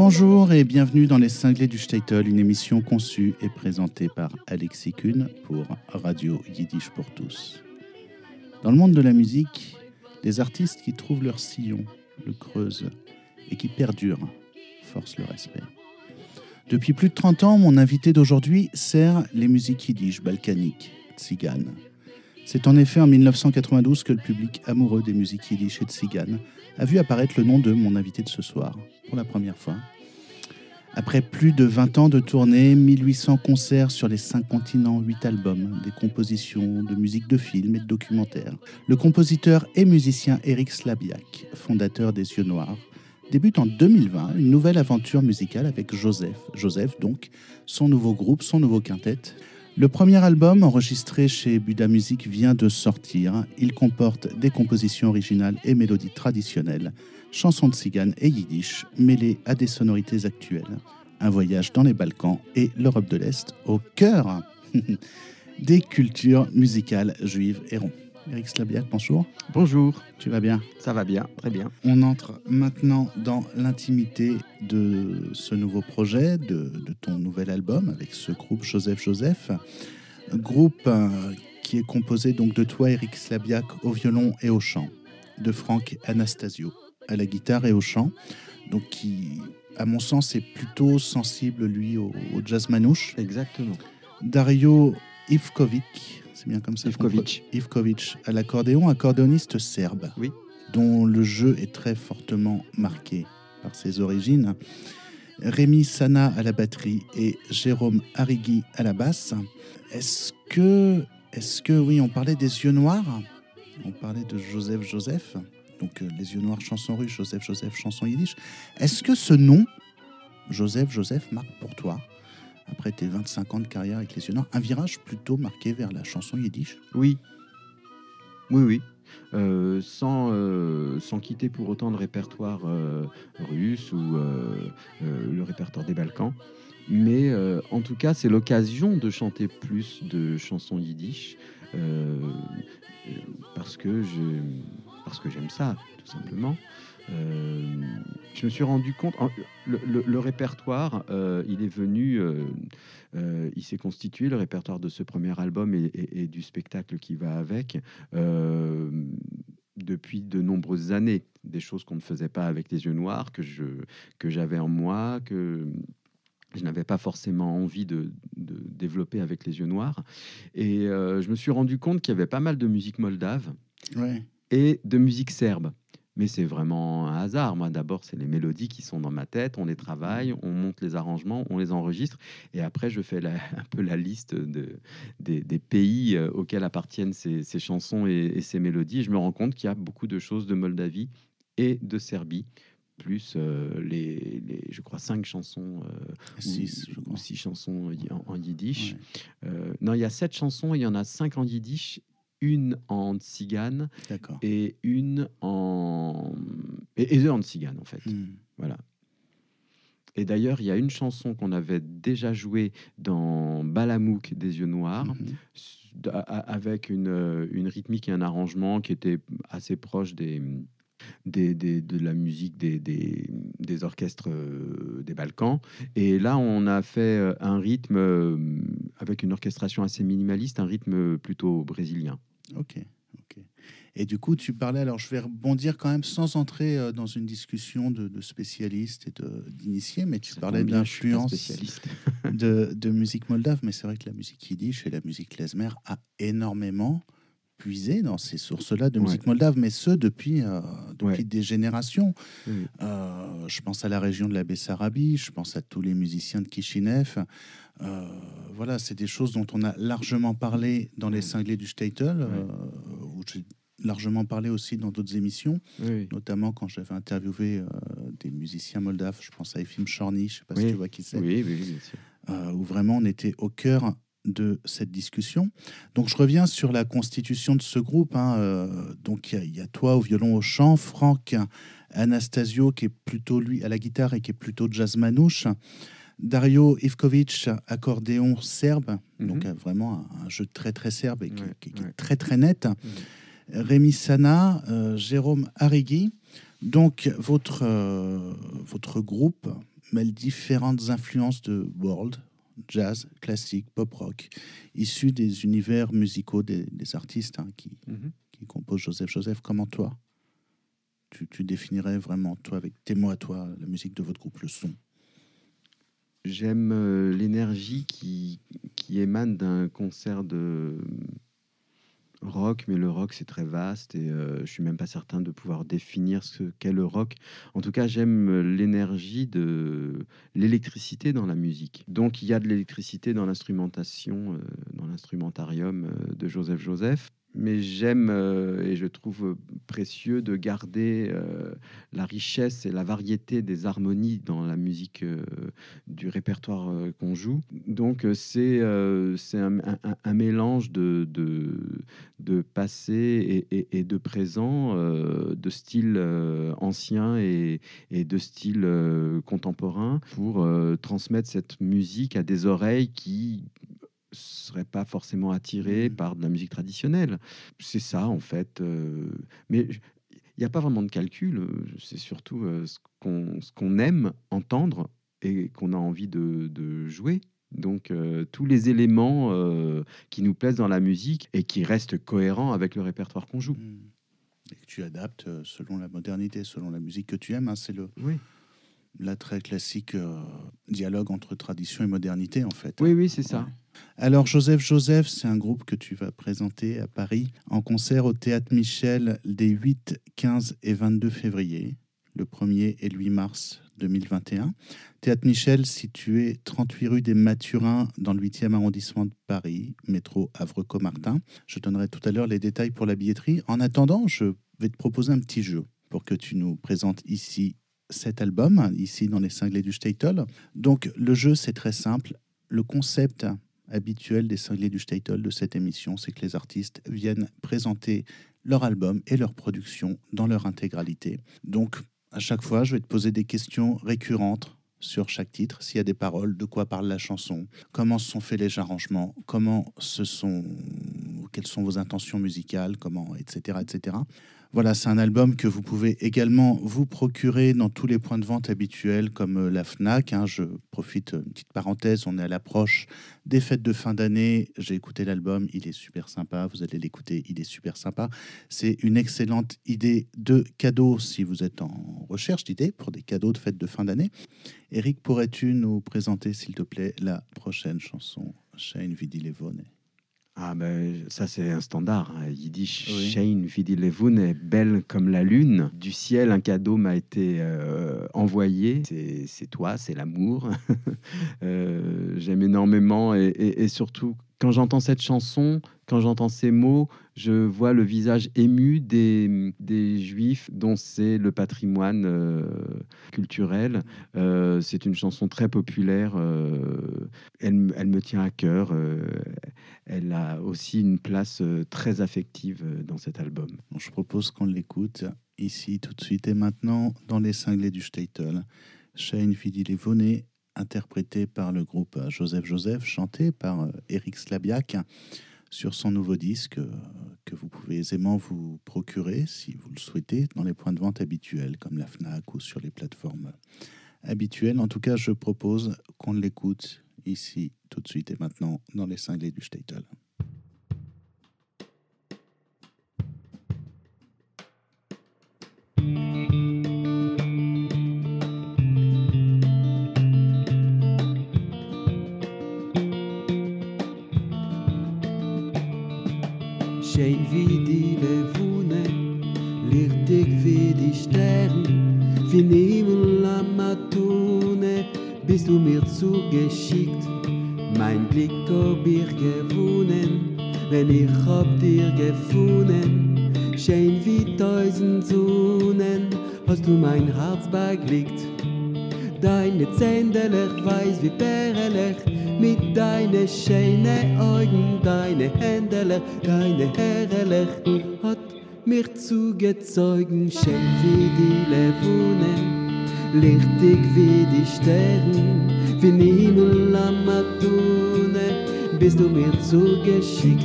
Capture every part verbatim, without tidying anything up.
Bonjour et bienvenue dans Les Cinglés du Shtetl, une émission conçue et présentée par Alexis Kuhn pour Radio Yiddish pour tous. Dans le monde de la musique, les artistes qui trouvent leur sillon, le creusent et qui perdurent forcent le respect. Depuis plus de trente ans, mon invité d'aujourd'hui sert les musiques yiddish balkaniques, tziganes. C'est en effet en dix-neuf cent quatre-vingt-douze que le public amoureux des musiques yiddish et tziganes a vu apparaître le nom de mon invité de ce soir, pour la première fois. Après plus de vingt ans de tournée, mille huit cents concerts sur les cinq continents, huit albums, des compositions de musique de films et de documentaires, le compositeur et musicien Eric Slabiak, fondateur des Yeux Noirs, débute en deux mille vingt une nouvelle aventure musicale avec Joseph. Joseph, donc, son nouveau groupe, son nouveau quintet. Le premier album, enregistré chez Buda Music, vient de sortir. Il comporte des compositions originales et mélodies traditionnelles, chansons de tziganes et yiddish, mêlées à des sonorités actuelles. Un voyage dans les Balkans et l'Europe de l'Est, au cœur des cultures musicales juives et ronds. Eric Slabiak, bonjour. Bonjour. Tu vas bien? Ça va bien, très bien. On entre maintenant dans l'intimité de ce nouveau projet, de, de ton nouvel album avec ce groupe Joseph Joseph. Un groupe euh, qui est composé donc de toi, Eric Slabiak, au violon et au chant, de Franck Anastasio à la guitare et au chant, donc qui, à mon sens, est plutôt sensible, lui, au, au jazz manouche. Exactement. Dario Ivkovic, c'est bien comme ça. Ivkovic. Ivkovic à l'accordéon, accordéoniste serbe, oui. dont le jeu est très fortement marqué par ses origines. Rémi Sana à la batterie et Jérôme Arrigui à la basse. Est-ce que, est-ce que, oui, on parlait des Yeux Noirs, on parlait de Joseph Joseph, donc euh, les Yeux Noirs, chanson russe, Joseph Joseph, chanson yiddish. Est-ce que ce nom, Joseph Joseph, marque pour toi, après tes vingt-cinq ans de carrière avec les Yeux Noirs, un virage plutôt marqué vers la chanson yiddish? Oui, oui, oui. Euh, sans, euh, sans quitter pour autant le répertoire euh, russe ou euh, euh, le répertoire des Balkans. Mais euh, en tout cas, c'est l'occasion de chanter plus de chansons yiddish euh, parce que je, parce que j'aime ça, tout simplement. Euh, je me suis rendu compte, le, le, le répertoire, euh, il est venu, euh, euh, il s'est constitué, le répertoire de ce premier album et, et, et du spectacle qui va avec, euh, depuis de nombreuses années. Des choses qu'on ne faisait pas avec les Yeux Noirs, que, je, que j'avais en moi, que je n'avais pas forcément envie de, de développer avec les Yeux Noirs. Et euh, je me suis rendu compte qu'il y avait pas mal de musique moldave ouais. et de musique serbe. Mais c'est vraiment un hasard. Moi, d'abord, c'est les mélodies qui sont dans ma tête. On les travaille, on monte les arrangements, on les enregistre. Et après, je fais la, un peu la liste de, des, des pays auxquels appartiennent ces, ces chansons et, et ces mélodies. Et je me rends compte qu'il y a beaucoup de choses de Moldavie et de Serbie, plus euh, les, les, je crois, cinq chansons euh, six, ou, je crois. ou six chansons en, en yiddish. Ouais. Euh, non, il y a sept chansons, il y en a cinq en yiddish, une en tzigane et une en et, et deux en tzigane en fait. Mm. Voilà. Et d'ailleurs, il y a une chanson qu'on avait déjà jouée dans Balamouk des Yeux Noirs, mm-hmm. avec une, une rythmique et un arrangement qui était assez proche des Des, des, de la musique des, des, des orchestres euh, des Balkans. Et là, on a fait euh, un rythme euh, avec une orchestration assez minimaliste, un rythme plutôt brésilien. Ok, ok. Et du coup, tu parlais, alors je vais rebondir quand même sans entrer euh, dans une discussion de, de spécialistes et de, d'initiés, mais tu Ça parlais de l'influence de, de musique moldave, mais c'est vrai que la musique yiddish et la musique klezmer a énormément puisé dans ces sources-là de musique ouais. moldave, mais ce depuis, euh, depuis ouais. des générations. Mmh. Euh, je pense à la région de la Bessarabie, je pense à tous les musiciens de Kishinev. Euh, voilà, c'est des choses dont on a largement parlé dans les Cinglés du Shtetl, euh, ouais. où j'ai largement parlé aussi dans d'autres émissions, oui. notamment quand j'avais interviewé euh, des musiciens moldaves. Je pense à Efim Chorny, je ne sais pas oui. si tu vois qui c'est. Oui, oui, bien sûr. Euh, où vraiment on était au cœur de cette discussion. Donc je reviens sur la constitution de ce groupe. Hein. Euh, donc il y, y a toi au violon, au chant, Franck Anastasio qui est plutôt lui à la guitare et qui est plutôt jazz manouche, Dario Ivkovic accordéon serbe, mm-hmm. donc euh, vraiment un, un jeu très très serbe et qui, ouais, qui, qui ouais. est très très net. Mm-hmm. Rémi Sana, euh, Jérôme Arrigui. Donc votre euh, votre groupe mêle différentes influences de world, jazz, classique, pop-rock, issus des univers musicaux des, des artistes hein, qui, mm-hmm. qui composent Joseph Joseph. Comment toi, tu, tu définirais vraiment, toi, avec tes mots à toi, la musique de votre groupe, le son? J'aime euh, l'énergie qui, qui émane d'un concert de rock, mais le rock c'est très vaste et euh, je suis même pas certain de pouvoir définir ce qu'est le rock. En tout cas, j'aime l'énergie de l'électricité dans la musique. Donc il y a de l'électricité dans l'instrumentation, euh, dans l'instrumentarium euh, de Joseph Joseph. Mais j'aime euh, et je trouve précieux de garder euh, la richesse et la variété des harmonies dans la musique euh, du répertoire euh, qu'on joue. Donc euh, c'est euh, c'est un, un, un mélange de, de, de passé et, et, et de présent, euh, de style euh, ancien et, et de style euh, contemporain pour euh, transmettre cette musique à des oreilles qui serait pas forcément attiré mmh. par de la musique traditionnelle. C'est ça, en fait. Euh, mais il n'y a pas vraiment de calcul. C'est surtout euh, ce qu'on ce qu'on aime entendre et qu'on a envie de, de jouer. Donc, euh, tous les éléments euh, qui nous plaisent dans la musique et qui restent cohérents avec le répertoire qu'on joue. Mmh. Et que tu adaptes selon la modernité, selon la musique que tu aimes. Hein, c'est le... Oui. Là, très classique euh, dialogue entre tradition et modernité, en fait. Oui, oui, c'est ça. Ouais. Alors, Joseph Joseph, c'est un groupe que tu vas présenter à Paris en concert au Théâtre Michel des huit, quinze et vingt-deux février, le premier et le huit mars deux mille vingt et un. Théâtre Michel, situé trente-huit rue des Mathurins, dans le huitième arrondissement de Paris, métro Havre-Caumartin. Je donnerai tout à l'heure les détails pour la billetterie. En attendant, je vais te proposer un petit jeu pour que tu nous présentes ici cet album, ici dans les cinglés du Statel. Donc, le jeu, c'est très simple. Le concept habituel des cinglés du Statel de cette émission, c'est que les artistes viennent présenter leur album et leur production dans leur intégralité. Donc, à chaque fois, je vais te poser des questions récurrentes sur chaque titre, s'il y a des paroles, de quoi parle la chanson, comment se sont faits les arrangements, comment se sont, quelles sont vos intentions musicales, comment, et cetera, et cetera. Voilà, c'est un album que vous pouvez également vous procurer dans tous les points de vente habituels comme la Fnac. Hein. Je profite, une petite parenthèse, on est à l'approche des fêtes de fin d'année. J'ai écouté l'album, il est super sympa. Vous allez l'écouter, il est super sympa. C'est une excellente idée de cadeau si vous êtes en recherche d'idées pour des cadeaux de fêtes de fin d'année. Eric, pourrais-tu nous présenter, s'il te plaît, la prochaine chanson, Shane Vidi Levone? Ah ben, ça c'est un standard. Hein. Yiddish, oui. Shane Vidi Levune est belle comme la lune. Du ciel, un cadeau m'a été euh, envoyé. C'est, c'est toi, c'est l'amour. euh, j'aime énormément et, et, et surtout, quand j'entends cette chanson, quand j'entends ces mots, je vois le visage ému des, des Juifs dont c'est le patrimoine euh, culturel. Euh, c'est une chanson très populaire. Euh, elle, elle me tient à cœur. Euh, elle a aussi une place euh, très affective euh, dans cet album. Je propose qu'on l'écoute ici, tout de suite et maintenant, dans les cinglés du Statel. Shane Vidi Levone, interprété par le groupe Joseph Joseph, chanté par Eric Slabiak sur son nouveau disque euh, que vous pouvez aisément vous procurer si vous le souhaitez dans les points de vente habituels comme la Fnac ou sur les plateformes habituelles. En tout cas, je propose qu'on l'écoute ici tout de suite et maintenant dans les cinglés du Statel. Schön wie die Levune, lichtig wie die Sterne, wie Himmel am Matune, bist du mir zugeschickt. Mein Blick hab ich gewonnen, wenn ich hab dir gefunden. Schön wie tausend Sonnen, hast du mein Herz beglückt. Deine Zänderlich weiß wie Perlech, mit deinen schönen Augen, deine Händerlich, deine Herrlich, hat mich zugezogen, schön wie die Levune, lichtig wie die Sterne, wie Himmel am Matune, bist du mir zugeschickt.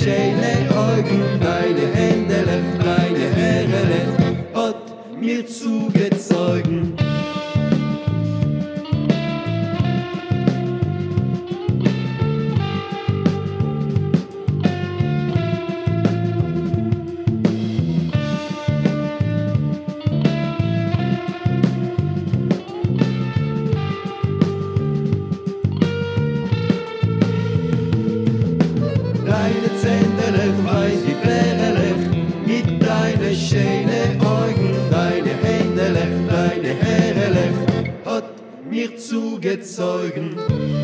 schöne Augen, deine Hände, deine Haare, hat mir zugezogen. Zugezogen.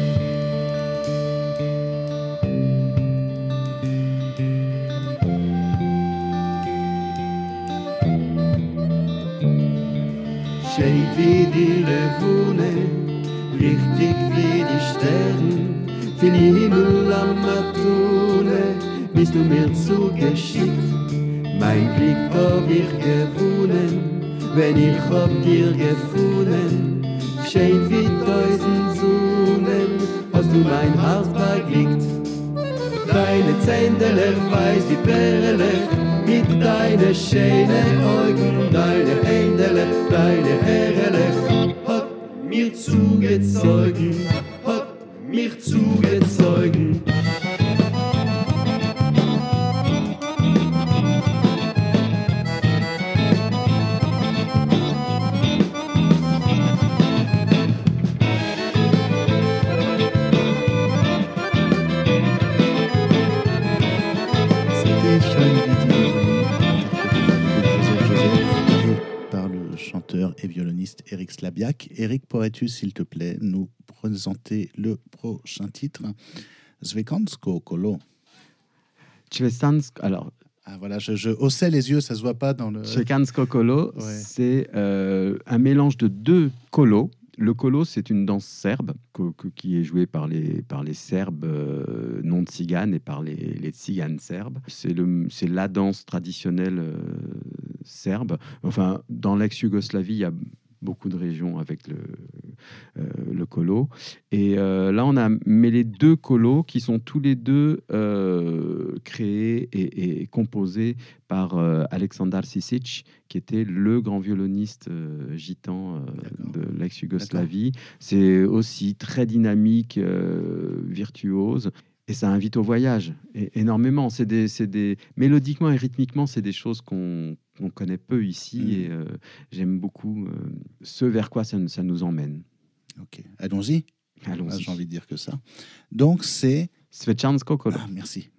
Schön wie die Levone, richtig wie die Sterne, viel Himmel am Matone, bist du mir zugeschickt. Mein Glück hab ich gewonnen, wenn ich hab dir gefunden. Schön wie tausend Sonnen hast du mein Herz beglückt. Deine Zähne weiß wie Perle, mit deinen schönen Augen, deine Hände, deine Haare, hat mir zugezogen, hat mich zugezogen. Et violoniste Eric Slabiak. Eric, pourrais-tu, s'il te plaît, nous présenter le prochain titre, Svekansko Kolo. Svekansko, alors. Ah, voilà, je, je haussais les yeux, ça se voit pas dans le. Svekansko Kolo, ouais. C'est euh, un mélange de deux kolos. Le kolo, c'est une danse serbe que, que, qui est jouée par les, par les Serbes euh, non tziganes et par les, les tziganes serbes. C'est, le, c'est la danse traditionnelle euh, serbe. Enfin, dans l'ex-Yougoslavie, il y a beaucoup de régions avec le, euh, le kolo. Et euh, là, on a mêlé deux kolos qui sont tous les deux euh, créés et, et composés par euh, Aleksandar Sisic, qui était le grand violoniste euh, gitan euh, de l'ex-Yougoslavie. D'accord. C'est aussi très dynamique, euh, virtuose. Et ça invite au voyage et, énormément. C'est des, c'est des, mélodiquement et rythmiquement, c'est des choses qu'on, qu'on connaît peu ici. Mmh. Et euh, j'aime beaucoup euh, ce vers quoi ça, ça nous emmène. Ok, allons-y. Allons-y. Ah, j'ai envie de dire que ça. Donc c'est... Svekansko Kolo. Ah, merci.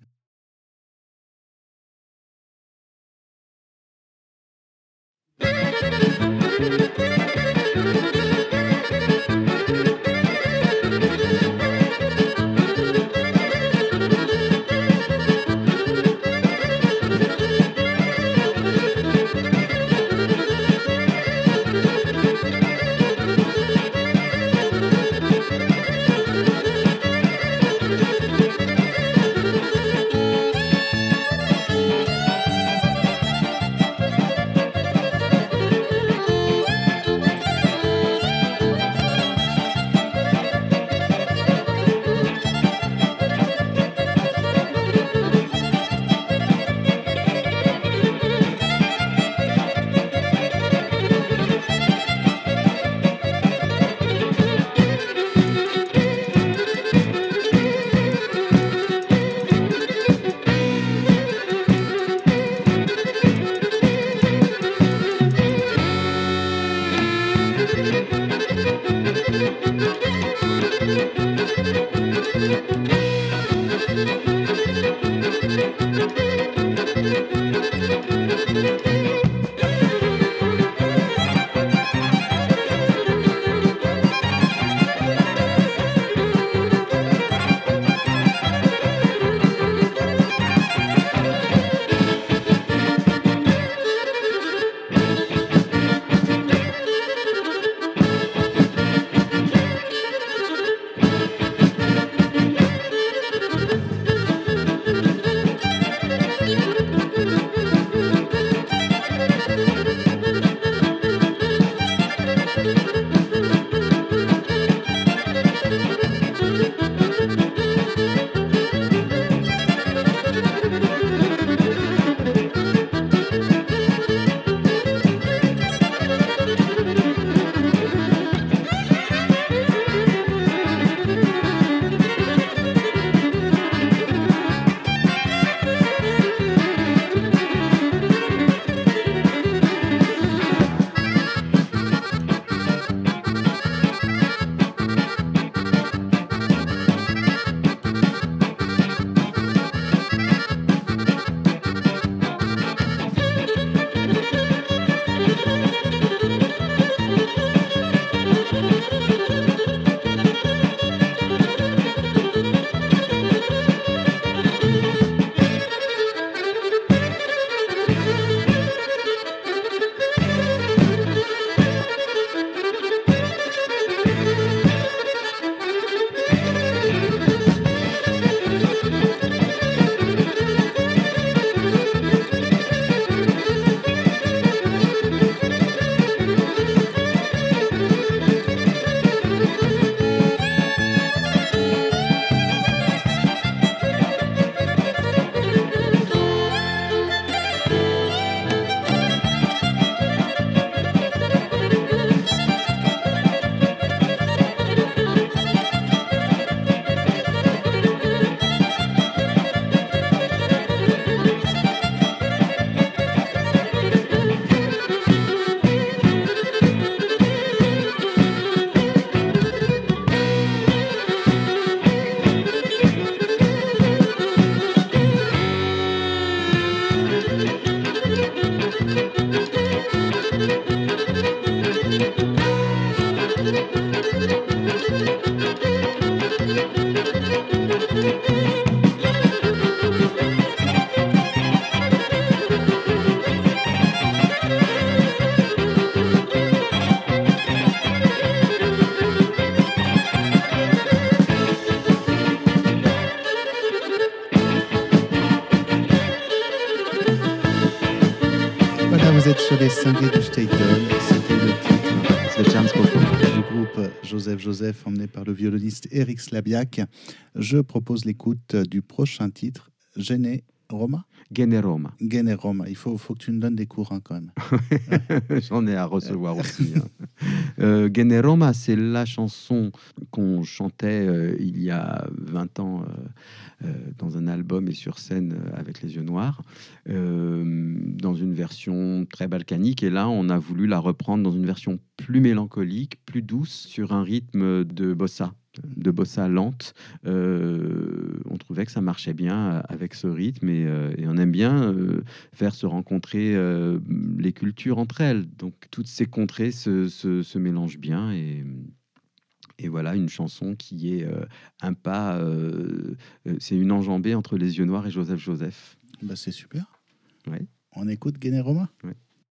êtes sur les cinglés du Statel. C'était le titre. C'est Chance Popo. Du groupe Joseph Joseph, emmené par le violoniste Eric Slabiak. Je propose l'écoute du prochain titre, Gene Roma. Gene Roma. Gene Roma. Il faut, faut que tu me donnes des cours hein, quand même. J'en ai à recevoir aussi. Hein. Euh, Gene Roma, c'est la chanson qu'on chantait euh, il y a vingt ans euh, euh, dans un album et sur scène euh, avec les yeux noirs, euh, dans une version très balkanique. Et là, on a voulu la reprendre dans une version plus mélancolique, plus douce, sur un rythme de bossa. de bossa lente. Euh, on trouvait que ça marchait bien avec ce rythme et, euh, et on aime bien euh, faire se rencontrer euh, les cultures entre elles. Donc toutes ces contrées se, se, se mélangent bien et, et voilà une chanson qui est euh, un pas, euh, c'est une enjambée entre les yeux noirs et Joseph Joseph. Bah, c'est super. Ouais. On écoute Gene Roma. Ouais.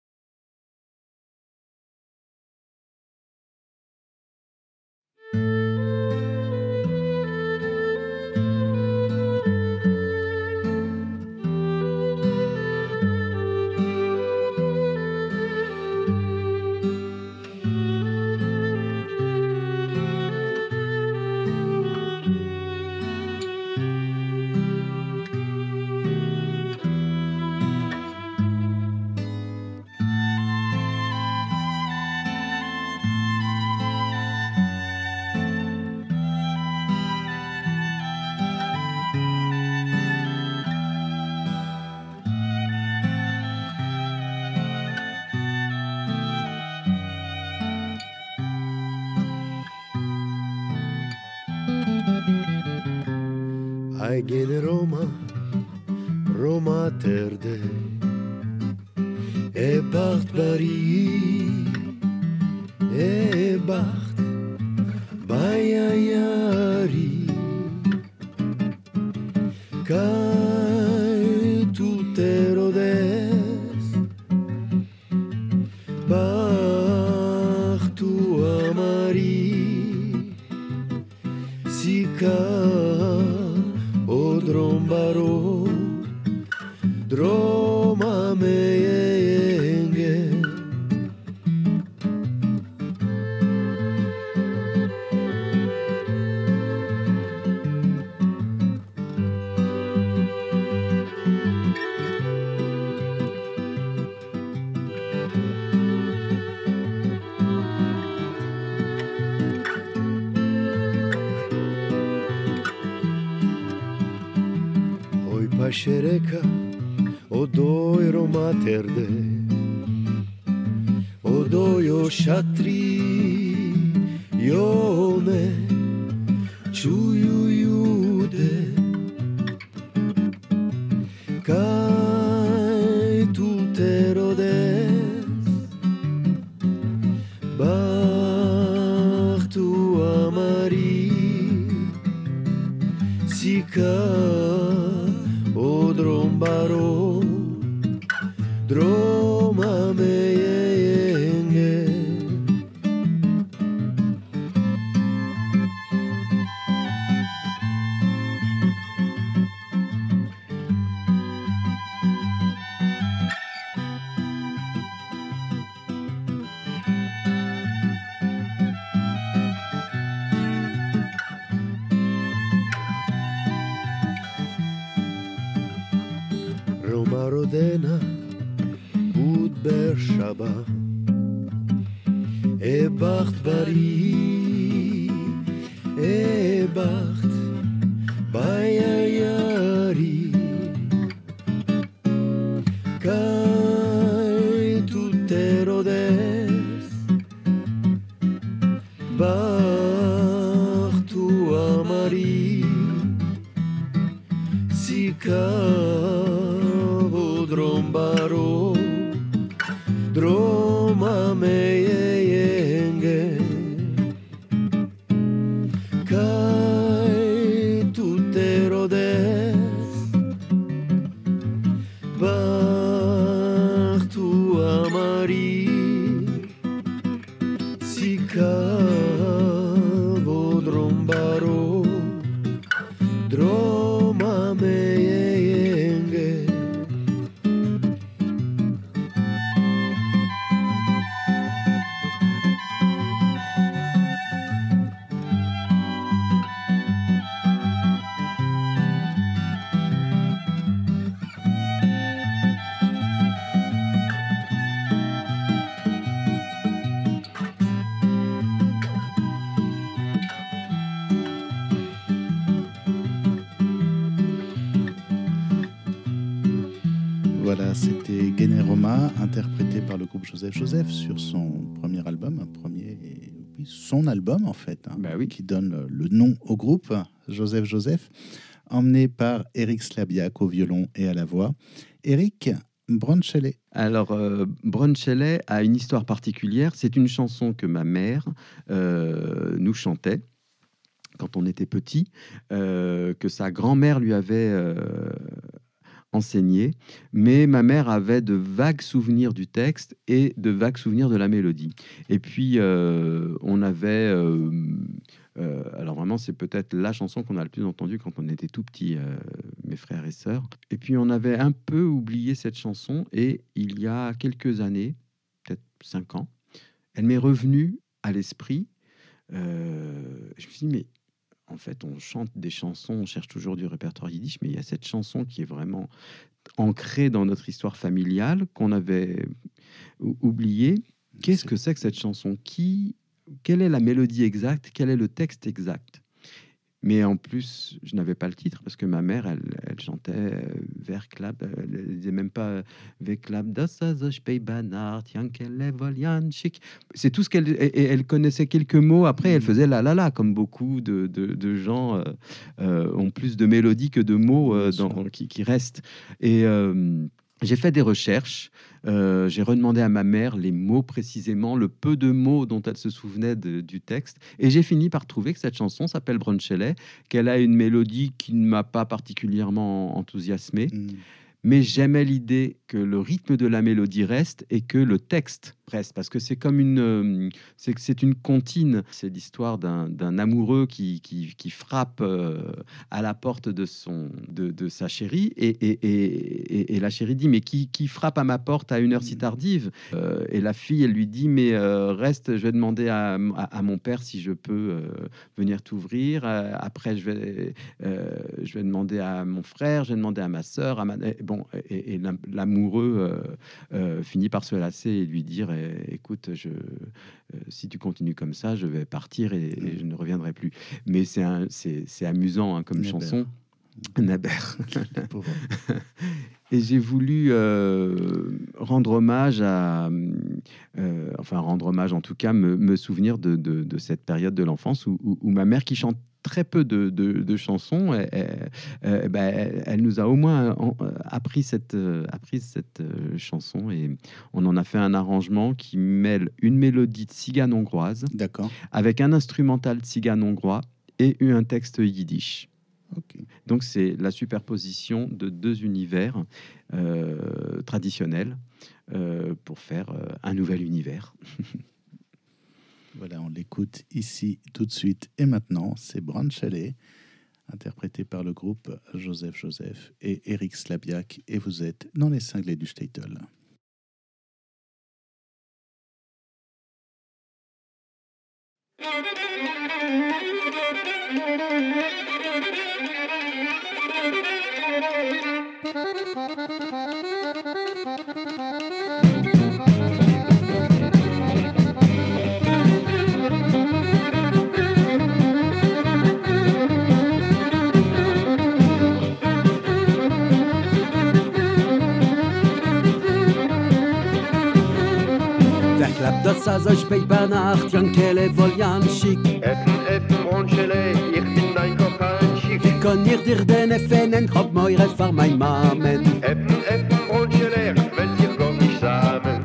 Ai gene Roma, Roma terde, e bacht bari, e bacht bayayari, kai tutte rodes, bacht tu amari, sika o drombaro droma meyenge Pashereka odoi Roma terde odoi o shatri yone chuyuyude kai tuterodes bachtu amari sika drombaro droma meyenge Roma rodena bud ber shaba e bacht bari e bacht bayayari kai tutte rodes bacht tu amari sika drombaro droma meyenge kai tutte rodes bachtu amari sika drombaro droma meyenge Voilà, c'était Guéné Roma, interprété par le groupe Joseph Joseph sur son premier album, un premier, oui, son album en fait, hein, bah oui. qui donne le nom au groupe, Joseph Joseph, emmené par Eric Slabiak au violon et à la voix. Eric, Bronchele. Alors, euh, Bronchele a une histoire particulière. C'est une chanson que ma mère euh, nous chantait quand on était petit, euh, que sa grand-mère lui avait euh, enseigné, mais ma mère avait de vagues souvenirs du texte et de vagues souvenirs de la mélodie. Et puis, euh, on avait... Euh, euh, alors vraiment, c'est peut-être la chanson qu'on a le plus entendue quand on était tout petit, euh, mes frères et sœurs. Et puis, on avait un peu oublié cette chanson, et il y a quelques années, peut-être cinq ans, elle m'est revenue à l'esprit. Euh, je me suis dit, mais en fait, on chante des chansons, on cherche toujours du répertoire yiddish, mais il y a cette chanson qui est vraiment ancrée dans notre histoire familiale, qu'on avait oubliée. Qu'est-ce que c'est que cette chanson? Qui, quelle est la mélodie exacte? Quel est le texte exact? Mais en plus, je n'avais pas le titre parce que ma mère, elle, elle chantait vers Klab, elle disait même pas vers Klab, das ich bei Banart, Yankele Voljanchik. C'est tout ce qu'elle, et elle connaissait quelques mots. Après, elle faisait la la la, comme beaucoup de, de, de gens euh, euh, ont plus de mélodies que de mots euh, dans, qui, qui restent. Et euh, j'ai fait des recherches. Euh, j'ai redemandé à ma mère les mots précisément, le peu de mots dont elle se souvenait de, du texte, et j'ai fini par trouver que cette chanson s'appelle Bronchele, qu'elle a une mélodie qui ne m'a pas particulièrement enthousiasmé, mmh. mais j'aimais l'idée que le rythme de la mélodie reste et que le texte reste, parce que c'est comme une, euh, c'est, c'est une comptine. C'est l'histoire d'un, d'un amoureux qui, qui, qui frappe euh, à la porte de, son, de, de sa chérie, et, et, et, et, et la chérie dit, mais qui, qui frappe à ma porte à une heure si tardive? euh, Et la fille, elle lui dit, mais euh, reste, je vais demander à, à, à mon père si je peux euh, venir t'ouvrir. Euh, après, je vais, euh, je vais demander à mon frère, je vais demander à ma sœur. À ma... Bon, et, et l'amoureux euh, euh, finit par se lasser et lui dire, écoute, je, euh, si tu continues comme ça, je vais partir et, et je ne reviendrai plus. Mais c'est, un, c'est, c'est amusant hein, comme Naber. chanson. Naber. Et j'ai voulu euh, rendre hommage à, euh, enfin rendre hommage en tout cas, me, me souvenir de, de, de cette période de l'enfance où, où, où ma mère, qui chante très peu de, de, de chansons, elle, elle, elle, ben, elle, elle nous a au moins en, appris cette, appris cette euh, chanson, et on en a fait un arrangement qui mêle une mélodie de tzigane hongroise, d'accord, avec un instrumental tzigane hongrois et un texte yiddish. Okay. Donc c'est la superposition de deux univers euh, traditionnels euh, pour faire euh, un nouvel univers. Voilà, on l'écoute ici tout de suite et maintenant. C'est Bronchele, interprété par le groupe Joseph Joseph et Eric Slabiak, et vous êtes dans les cinglés du Shtetl. Das az euch bei Banach, Yankele Voljanchik. Effen, effen, Bronchele, ich bin dein Kokanchik. Wie kann ihr dir denn effen, Kopf meure für mein Mamen? Effen, effen, Bronchele, ich will dir gar nicht sagen.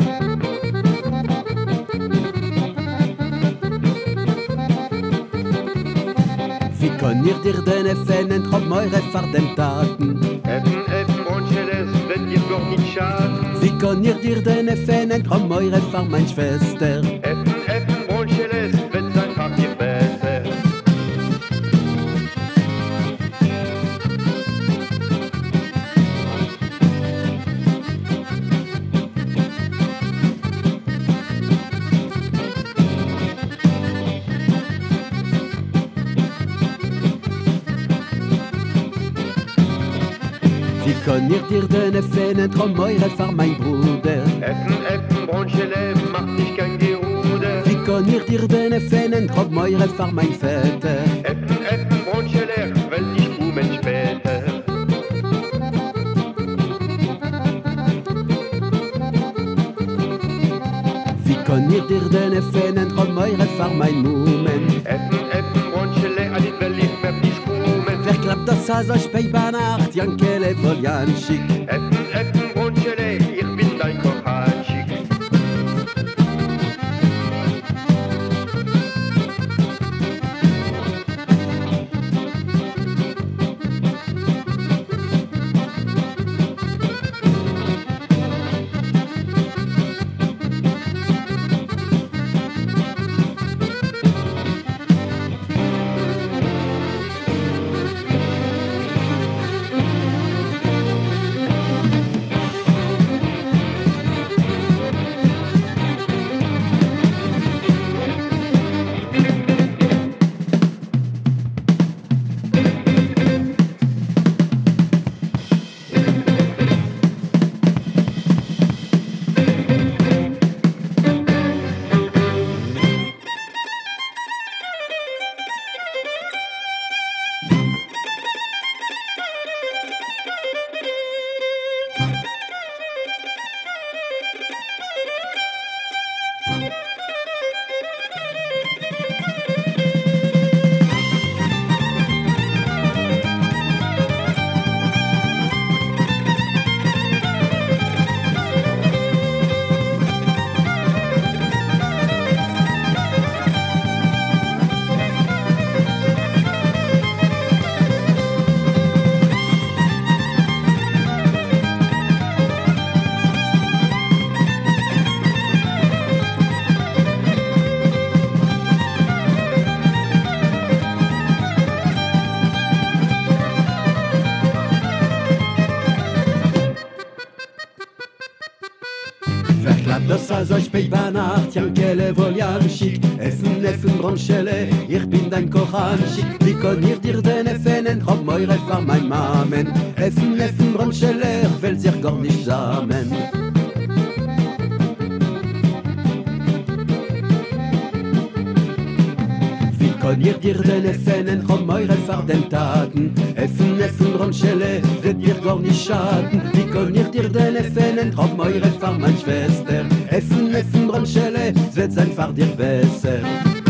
Wie kann ihr dir denn effen, Kopf meure für den Taten? Effen, effen, Bronchele, ich will dir gar nicht schaden. Wie kann ihr dir denn effen, Kopf meure für mein Schwester? Effen, effen, Bronchele, ich will einfach dir besser. Wie kann ihr dir denn effen, Kopf meure für mein Bruder? Effen, effen, Bronchele, mach dich kein Geruder. Wie kann ihr dir denn effen, Kopf meure für mein Vater? Effen, effen, Bronchele, ich will dich ruhen später. kann ihr dir den Effenen drum eure Fahr mein Moment. Effen, effen, Brunchele, an die Welle, ich werd nicht kommen. Wer klappt das also bei Banacht, Jankele Voljan schick. Effen, effen, Brunchele, ich bin dein Kochanschik. Das als euch bei Banacht, Jankele Voljan schick. Effen, Effen, Bronchele, ich bin dein Kochanschik. Wie kann ihr dir den Effenen drum eure Fahr mein Mamen. Effen, Effen, Bronchele, ich will sich gar nicht sammen. Kann ihr dir den Effenen drum eure Fahr den Taten. Effen, Effen, Bronchele, wird ihr gar nicht schaden. Wie kann ihr dir den Effenen drum eure Fahr mein Schwester. Effen, Effen, Bronchele, wird sein Fahr dir besser.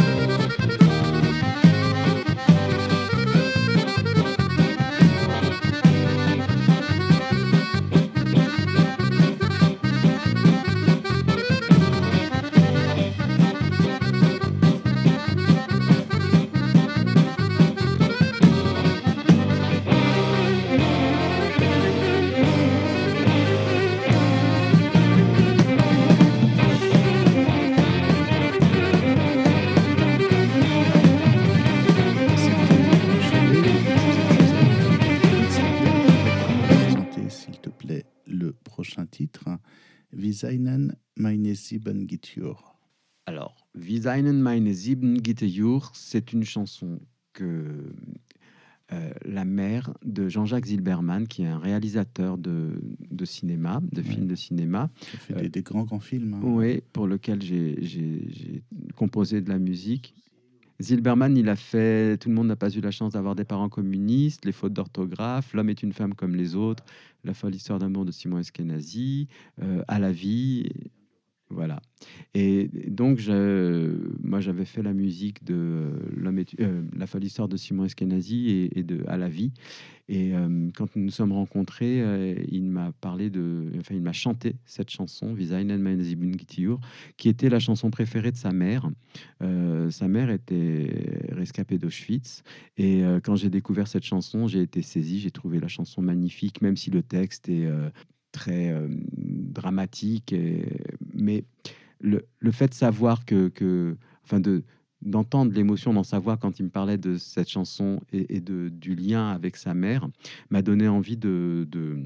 Wie seinen meine sieben Gitjur. Alors, Wie seinen meine sieben Gitjur, c'est une chanson que euh, la mère de Jean-Jacques Zilberman, qui est un réalisateur de, de cinéma, de ouais. films de cinéma. Il a fait euh, des, des grands, grands films. Hein. Oui, pour lequel j'ai, j'ai, j'ai composé de la musique. Zilberman, il a fait « Tout le monde n'a pas eu la chance d'avoir des parents communistes »,« Les fautes d'orthographe »,« L'homme est une femme comme les autres »,« La folle histoire d'amour de Simon Eskenazi euh, »,« À la vie », voilà. Et donc, je, moi, j'avais fait la musique de euh, l'homme est, euh, La folle histoire de Simon Eskenazi et, et de À la vie. Et euh, quand nous nous sommes rencontrés, euh, il m'a parlé de, enfin, il m'a chanté cette chanson, Wie seinen meine sieben Gitjur, qui était la chanson préférée de sa mère. Euh, sa mère était rescapée d'Auschwitz. Et euh, quand j'ai découvert cette chanson, j'ai été saisi. J'ai trouvé la chanson magnifique, même si le texte est euh, très euh, dramatique. Et, mais le, le fait de savoir que, que enfin de d'entendre l'émotion dans sa voix quand il me parlait de cette chanson et, et de, du lien avec sa mère m'a donné envie de, de,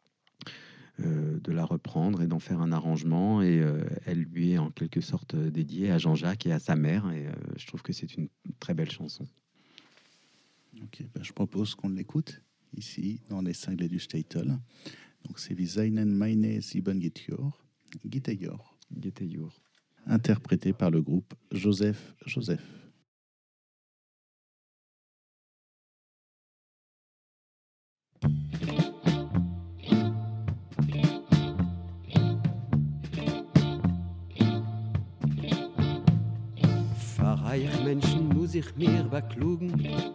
euh, de la reprendre et d'en faire un arrangement. Et euh, elle lui est en quelque sorte dédiée à Jean-Jacques et à sa mère. Et euh, je trouve que c'est une très belle chanson. Ok, ben je propose qu'on l'écoute ici dans les cinglés du Statel. Donc c'est Wie seinen meine sieben Gitjur, Gitjur. Gitjur. Interprété par le groupe Joseph Joseph. sich mir beklugen.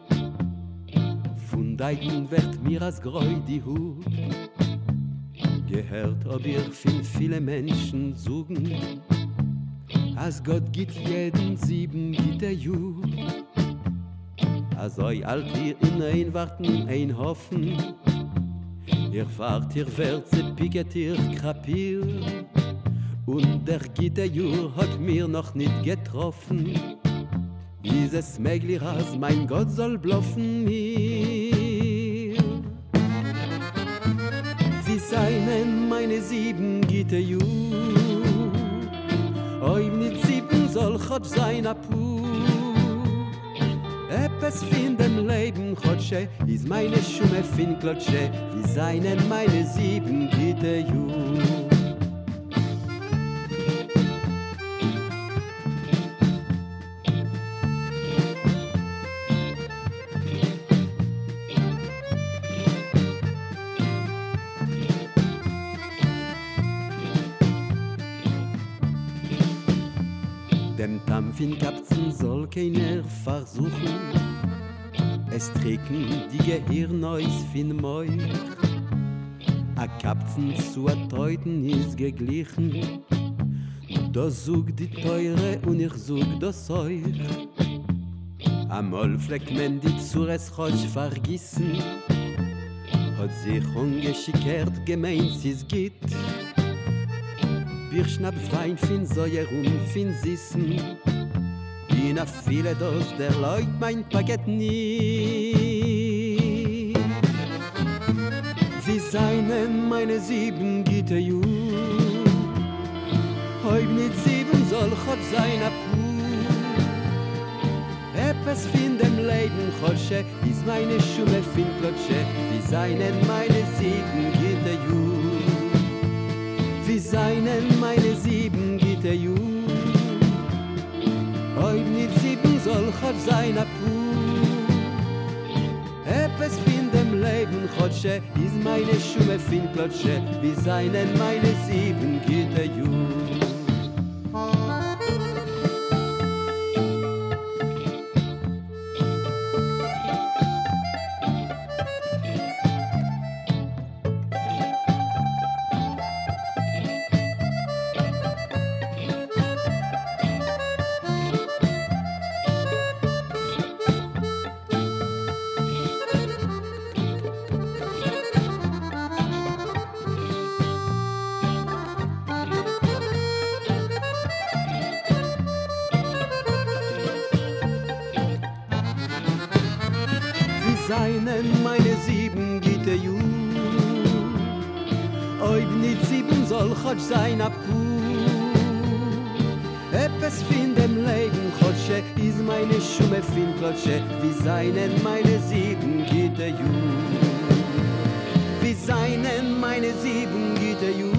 Von Deiten wird mir als Gräu die Hut. Gehört, ob ihr von viele Menschen suchen, als Gott gibt jeden sieben, gibt er Jud. Als euch alt ihr in ein Warten, ein Hoffen, ihr fahrt, ihr Werze, picket, ihr Krapir, und der Gitterjur hat mir noch nicht getroffen. Ist es möglich, als mein Gott soll bluffen mir? Wie seien meine sieben Gitterjur? Oim nicht sieben soll Gott sein Apur. Eppes fin dem Leben Chotsche, is meine Schumme fin Klotsche, wie seien meine sieben Gitterjur. Dem Tampfin Kapzen soll keiner versuchen, es trinken die Gehirneus fin Meuch. A Kapzen zu a Teuten is geglichen, da sucht die Teure und ich such das euch. Amol fleckt men die Zures Chotsch vergissen, hat sich ungeschickert gemeint, sie's geht. Wir schnapp Wein fin Säuer und fin Sissen, in a viele Dos der Leut mein Paket nie. Wie seien meine sieben Gitterjur? Heub nicht sieben soll Gott sein Apur. Eppes fin dem Leben Chotsche, is meine Schumme fin Klotsche, wie seien meine sieben Gitterjur? Wie seien meine sieben Gitterjur? Oib nicht sieben soll Gott sein Apur. Eppes fin dem Leben Chotsche, is meine Schumme fin Klotsche, wie seien meine sieben Gitterjur? Seinen meine sieben Gitterjur. Oib nicht sieben soll Gott sein Apur. Eppes fin dem Leben Chotsche, is meine Schumme fin Klotsche, wie seinen meine sieben Gitterjur. Wie seinen meine sieben Gitterjur.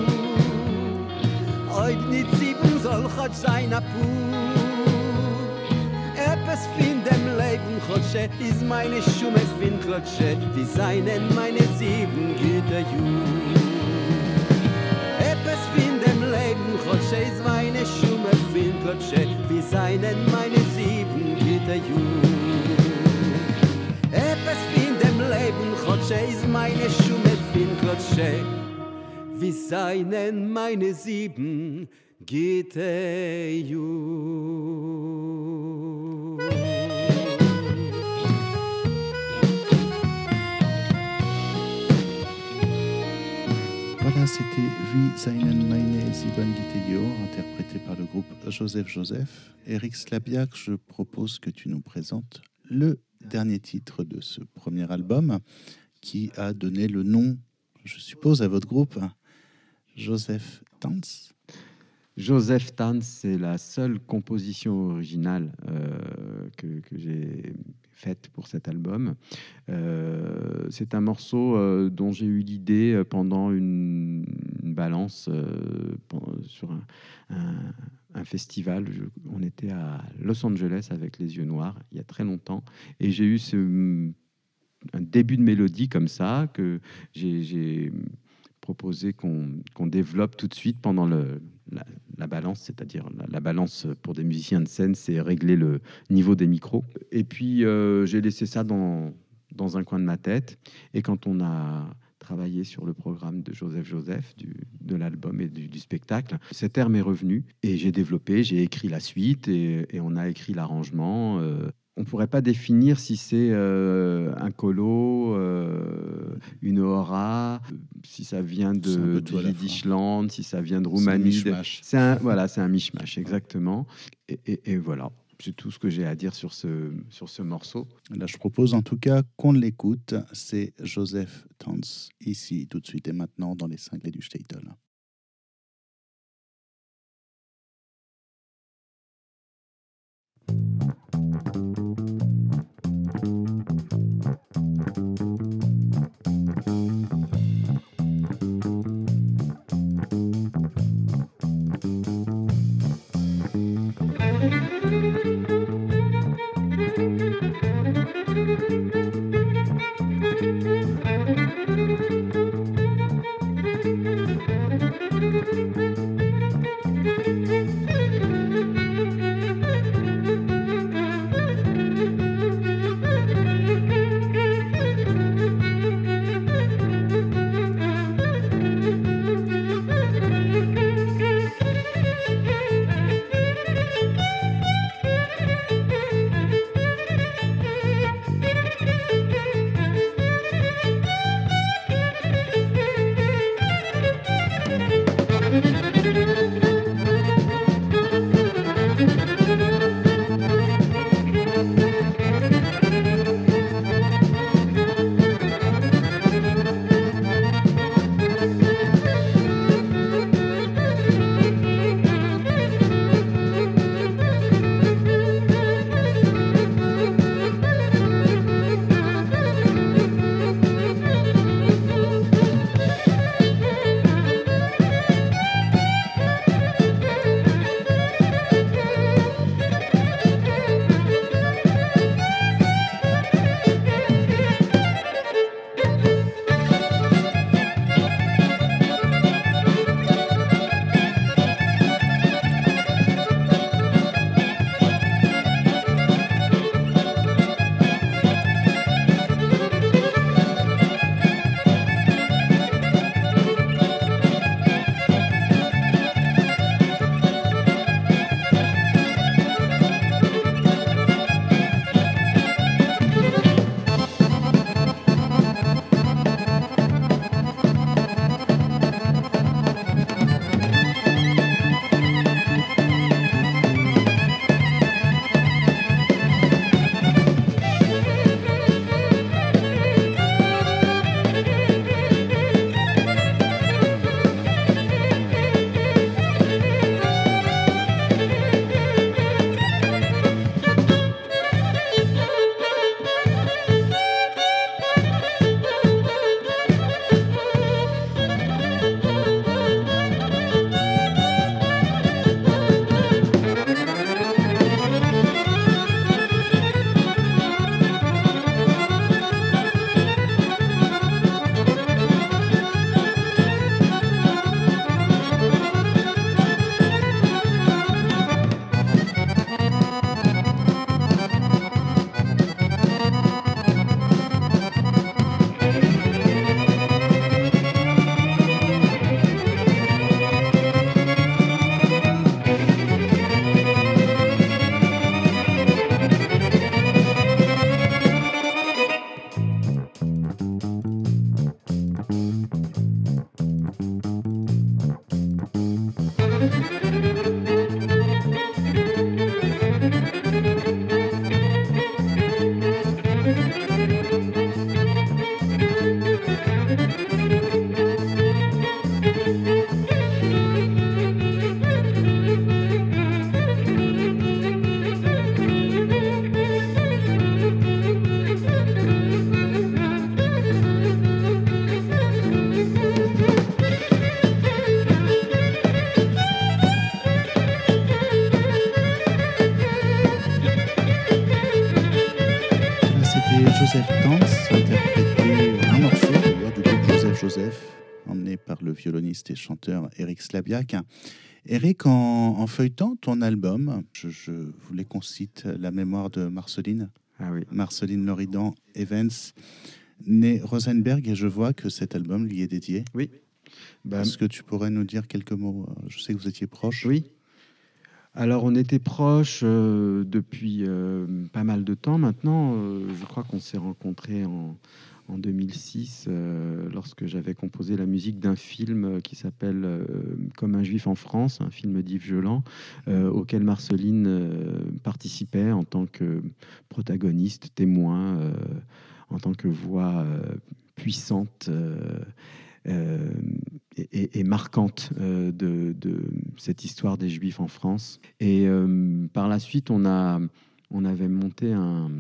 Oib nicht sieben soll Gott sein Apur. Eppes fin dem Leben Chotsche, is meine Schumme fin Klotsche, wie seien meine sieben Gitterjur. Eppes fin dem Leben Chotsche, is meine Schumme fin Klotsche, wie seien meine sieben Gitterjur. Eppes fin dem Leben Chotsche, is meine Schumme fin Klotsche, wie seien meine sieben Gitterjur. Voilà, c'était Wie seien meine sieben Gitterjur, interprété par le groupe Joseph Joseph. Eric Slabiak, je propose que tu nous présentes le dernier titre de ce premier album qui a donné le nom, je suppose, à votre groupe, Joseph Tanz. Joseph Tanz, c'est la seule composition originale euh, que, que j'ai faite pour cet album. Euh, c'est un morceau euh, dont j'ai eu l'idée pendant une, une balance euh, sur un, un, un festival. Je, on était à Los Angeles avec Les Yeux Noirs il y a très longtemps, et j'ai eu ce, un début de mélodie comme ça que j'ai, j'ai proposé qu'on, qu'on développe tout de suite pendant le, la, la balance, c'est-à-dire la, la balance pour des musiciens de scène, c'est régler le niveau des micros. Et puis euh, j'ai laissé ça dans, dans un coin de ma tête. Et quand on a travaillé sur le programme de Joseph Joseph, du, de l'album et du, du spectacle, cet air m'est revenu et j'ai développé, j'ai écrit la suite et, et on a écrit l'arrangement. Euh, on ne pourrait pas définir si c'est euh, un colo, euh, une aura, si ça vient de, de Yiddishland, si ça vient de Roumanie. C'est un mishmash. C'est un, voilà, c'est un mishmash, exactement. Et, et, et voilà. C'est tout ce que j'ai à dire sur ce, sur ce morceau. Là, je propose en tout cas qu'on l'écoute. C'est Joseph Tanz, ici, tout de suite et maintenant, dans les cinglés du Shtetl. Joseph Tanz, interprété un morceau d'ailleurs du groupe Joseph Joseph, emmené par le violoniste et chanteur Eric Slabiak. Eric, en, en feuilletant ton album, je, je voulais qu'on cite la mémoire de Marceline, Ah oui. Marceline Loridan Evans, née Rosenberg, et je vois que cet album lui est dédié. Oui. Bah, Est-ce que tu pourrais nous dire quelques mots? Je sais que vous étiez proches. oui. Alors, on était proches euh, depuis euh, pas mal de temps maintenant. Euh, je crois qu'on s'est rencontrés en, en deux mille six, euh, lorsque j'avais composé la musique d'un film qui s'appelle euh, Comme un juif en France, un film d'Yves Geland, euh, auquel Marceline euh, participait en tant que protagoniste, témoin, euh, en tant que voix euh, puissante. Euh, euh, et, et- et marquante euh, de, de cette histoire des Juifs en France. Et euh, par la suite, on, a, on avait monté un,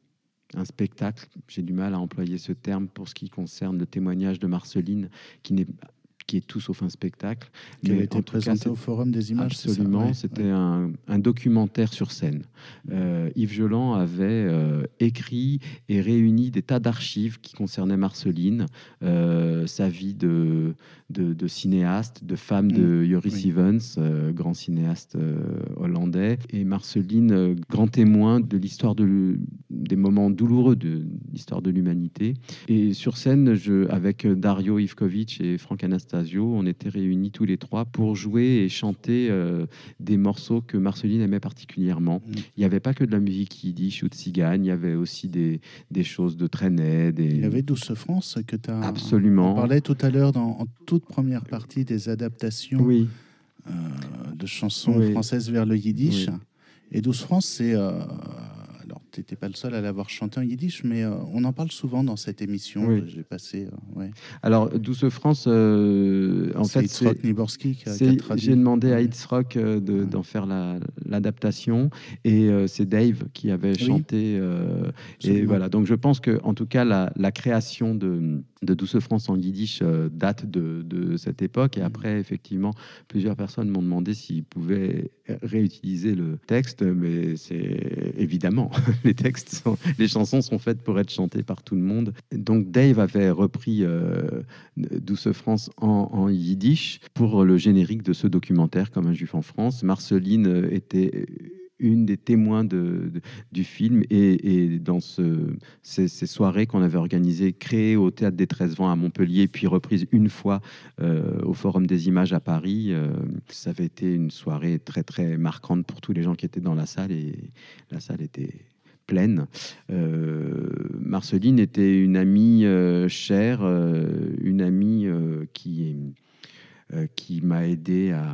un spectacle, j'ai du mal à employer ce terme pour ce qui concerne le témoignage de Marceline, qui n'est qui est tout sauf un spectacle. Qui avait Mais été en tout cas, présenté c'est- au Forum des images. c'est ça? Absolument, Ouais, c'était ouais. un, un documentaire sur scène. Euh, Yves Geland avait euh, écrit et réuni des tas d'archives qui concernaient Marceline, euh, sa vie de, de, de cinéaste, de femme de Joris oui. Evans, euh, grand cinéaste euh, hollandais, et Marceline, euh, grand témoin de l'histoire de, l- des moments douloureux de l'histoire de l'humanité. Et sur scène, je, avec Dario Ivkovic et Franck Anastasio, on était réunis tous les trois pour jouer et chanter euh, des morceaux que Marceline aimait particulièrement. Mm. Il n'y avait pas que de la musique yiddish ou de cigane, il y avait aussi des, des choses de Trenet. Des... Il y avait Douce France que tu as. Absolument. On parlait tout à l'heure dans, en toute première partie des adaptations Oui, euh, de chansons Oui. françaises vers le yiddish. Oui. Et Douce France, c'est. euh, alors, tu n'étais pas le seul à l'avoir chanté en yiddish, mais euh, on en parle souvent dans cette émission. Oui. J'ai passé. euh, ouais. Alors, Douce France, euh, en C'est fait, Yitzhak c'est... Niborski qui a, qui a C'est- traduit. J'ai demandé à Ouais. Yitzhak euh, de- Ouais. d'en faire la- l'adaptation et euh, c'est Dave qui avait Oui. chanté. euh, et Absolument. voilà, donc je pense que, en tout cas, la, la création de, de Douce France en yiddish euh, date de, de cette époque. Et Mhm. après, effectivement, plusieurs personnes m'ont demandé s'ils pouvaient réutiliser le texte, mais c'est évidemment, les textes, sont- les chansons sont faites pour être chantées par tout le monde. Donc Dave avait repris euh, Douce France en, en yiddish pour le générique de ce documentaire Comme un juif en France. Marceline euh, était une des témoins de, de- du film et, et dans ce, ces, ces soirées qu'on avait organisées, créées au Théâtre des treize vents à Montpellier, puis reprises une fois euh, au Forum des images à Paris, euh, ça avait été une soirée très très marquante pour tous les gens qui étaient dans la salle et la salle était pleine. Euh, Marceline était une amie euh, chère, euh, une amie euh, qui, euh, qui m'a aidé à,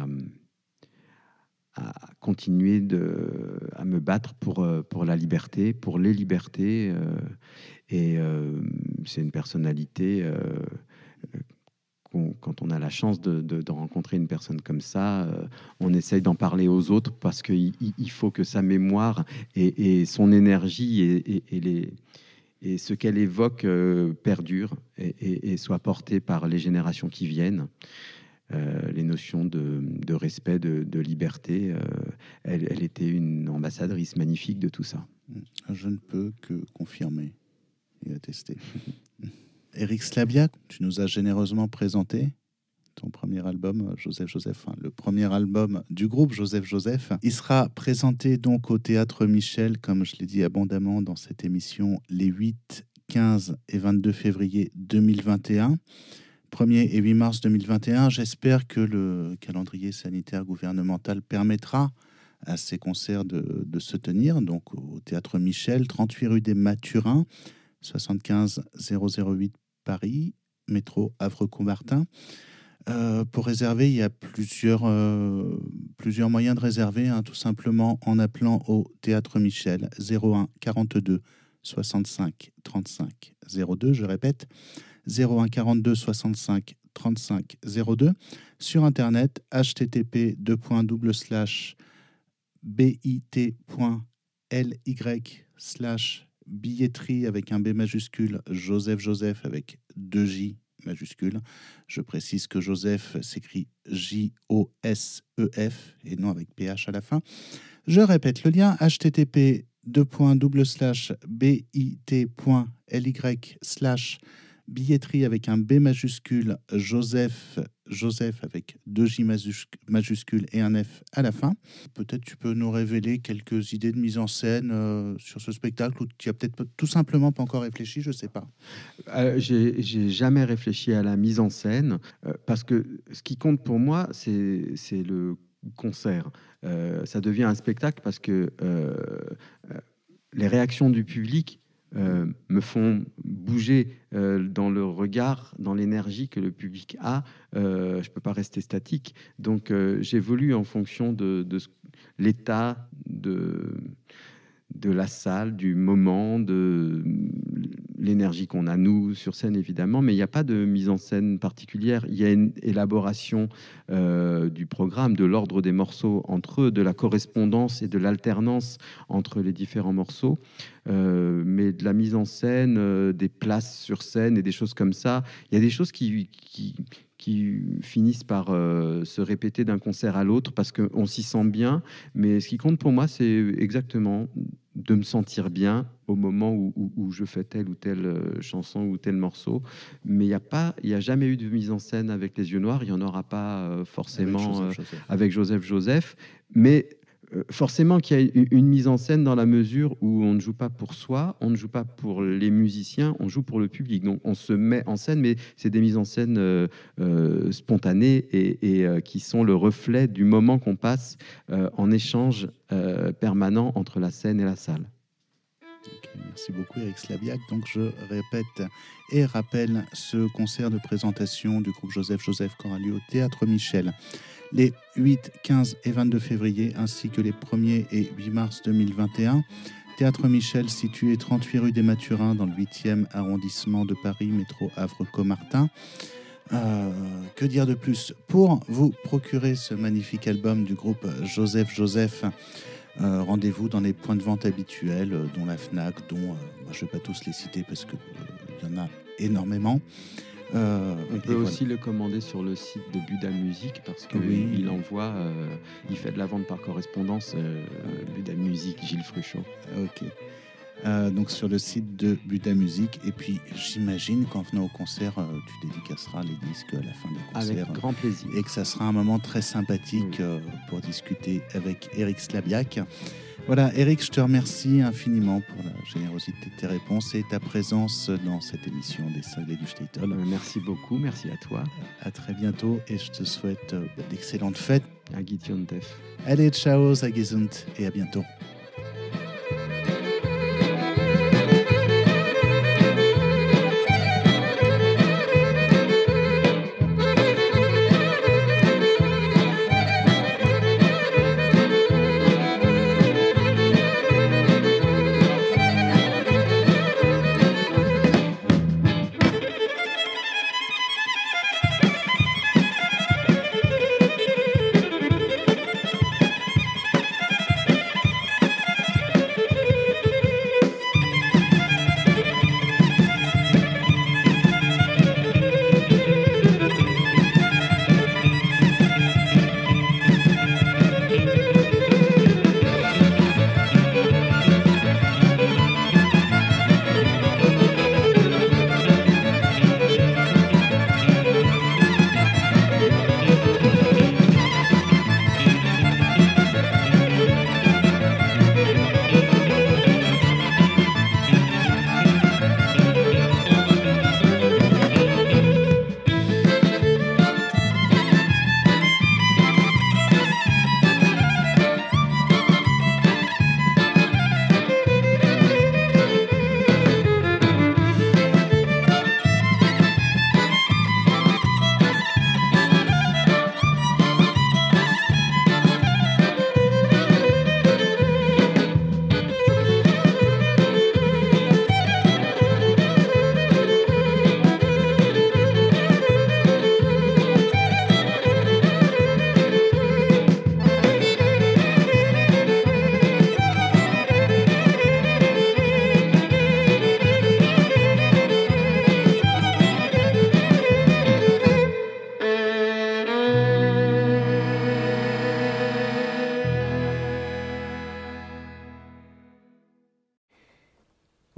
à continuer de, à me battre pour, euh, pour la liberté, pour les libertés. euh, et euh, c'est une personnalité, euh, qu'on- quand on a la chance de, de- de rencontrer une personne comme ça, euh, on essaye d'en parler aux autres parce qu'il il- il faut que sa mémoire et, et son énergie et, et- et les, et ce qu'elle évoque euh, perdure et, et- et soit porté par les générations qui viennent. Euh, les notions de, de respect, de, de liberté, euh, elle, elle était une ambassadrice magnifique de tout ça. Je ne peux que confirmer et attester. Eric Slabia, tu nous as généreusement présenté ton premier album, Joseph Joseph, enfin, le premier album du groupe Joseph Joseph. Il sera présenté donc au Théâtre Michel, comme je l'ai dit abondamment dans cette émission, les huit, quinze et vingt-deux février deux mille vingt et un. premier et huit mars deux mille vingt et un. J'espère que le calendrier sanitaire gouvernemental permettra à ces concerts de, de se tenir, donc au Théâtre Michel, trente-huit rue des Mathurins, soixante-quinze zéro zéro huit Paris, métro Havre-Coumartin. Euh, pour réserver, il y a plusieurs, euh, plusieurs moyens de réserver, hein, tout simplement en appelant au Théâtre Michel zéro un quarante-deux soixante-cinq trente-cinq zéro deux, je répète, zéro un quarante-deux soixante-cinq trente-cinq zéro deux, sur internet h t t p deux points double slash bit point l y slash billetterie avec un B majuscule, Joseph Joseph avec deux J majuscules. Je précise que Joseph s'écrit J O S E F et non avec P H à la fin. Je répète le lien h t t p deux points double slash bit point l y slash billetterie avec un B majuscule, Joseph, Joseph avec deux J majuscules et un F à la fin. Peut-être tu peux nous révéler quelques idées de mise en scène euh, sur ce spectacle, ou tu as peut-être tout simplement pas encore réfléchi, je sais pas. Euh, j'ai, j'ai jamais réfléchi à la mise en scène euh, parce que ce qui compte pour moi, c'est, c'est le concert. Euh, ça devient un spectacle parce que euh, euh, les réactions du public euh, me font bouger euh, dans le regard, dans l'énergie que le public a. Euh, je peux pas rester statique. Donc, euh, j'évolue en fonction de, de ce- l'état de de la salle, du moment, de l'énergie qu'on a, nous, sur scène, évidemment, mais il n'y a pas de mise en scène particulière. Il y a une élaboration euh, du programme, de l'ordre des morceaux entre eux, de la correspondance et de l'alternance entre les différents morceaux, euh, mais de la mise en scène, euh, des places sur scène et des choses comme ça. Il y a des choses qui... qui qui finissent par euh, se répéter d'un concert à l'autre parce qu'on s'y sent bien. Mais ce qui compte pour moi, c'est exactement de me sentir bien au moment où, où, où je fais telle ou telle euh, chanson ou tel morceau. Mais il n'y a pas, il y a jamais eu de mise en scène avec les yeux noirs. Il n'y en aura pas euh, forcément Avec Joseph euh, Joseph. avec Joseph Joseph. Mais euh, forcément qu'il y a une, une mise en scène dans la mesure où on ne joue pas pour soi, on ne joue pas pour les musiciens, on joue pour le public. Donc on se met en scène, mais c'est des mises en scène euh, euh, spontanées et, et euh, qui sont le reflet du moment qu'on passe euh, en échange euh, permanent entre la scène et la salle. Ok, merci beaucoup Eric Slaviak. Donc je répète et rappelle ce concert de présentation du groupe Joseph Joseph qui aura lieu au Théâtre Michel les huit, quinze et vingt-deux février, ainsi que les premier et huit mars deux mille vingt et un. Théâtre Michel, situé trente-huit rue des Mathurins, dans le huitième arrondissement de Paris, métro Havre-Caumartin. Euh, que dire de plus? Pour vous procurer ce magnifique album du groupe Joseph Joseph, euh, rendez-vous dans les points de vente habituels, euh, dont la FNAC, dont, euh, moi, je ne vais pas tous les citer parce qu'il euh, y en a énormément. Euh, On peut et aussi voilà. le commander sur le site de Buda Musique parce qu'il Oui. envoie, euh, il fait de la vente par correspondance. Euh, Buda Musique, Gilles Fruchot. Ok. Euh, donc sur le site de Buda Musique. Et puis j'imagine qu'en venant au concert, euh, tu dédicaceras les disques à la fin des Avec concerts. grand plaisir. Et que ça sera un moment très sympathique Oui. euh, pour discuter avec Eric Slabiak. Voilà, Eric, je te remercie infiniment pour la générosité de tes réponses et ta présence dans cette émission des Cinglés du Statel. Euh, merci beaucoup, merci à toi, À très bientôt et je te souhaite euh, d'excellentes fêtes. à Gideon Def. Allez, ciao, sei gesund et à bientôt.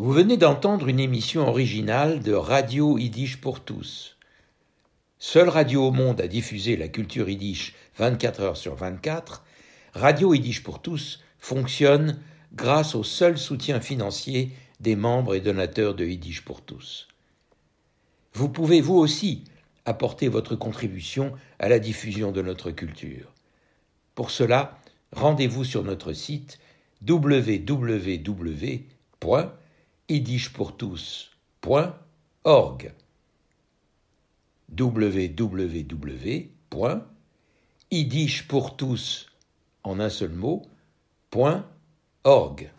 Vous venez d'entendre une émission originale de Radio Yiddish pour tous. Seule radio au monde à diffuser la culture yiddish vingt-quatre heures sur vingt-quatre, Radio Yiddish pour tous fonctionne grâce au seul soutien financier des membres et donateurs de Yiddish pour tous. Vous pouvez vous aussi apporter votre contribution à la diffusion de notre culture. Pour cela, rendez-vous sur notre site w w w point yiddish pour tous point org w w w point yiddish pour tous en un seul mot point org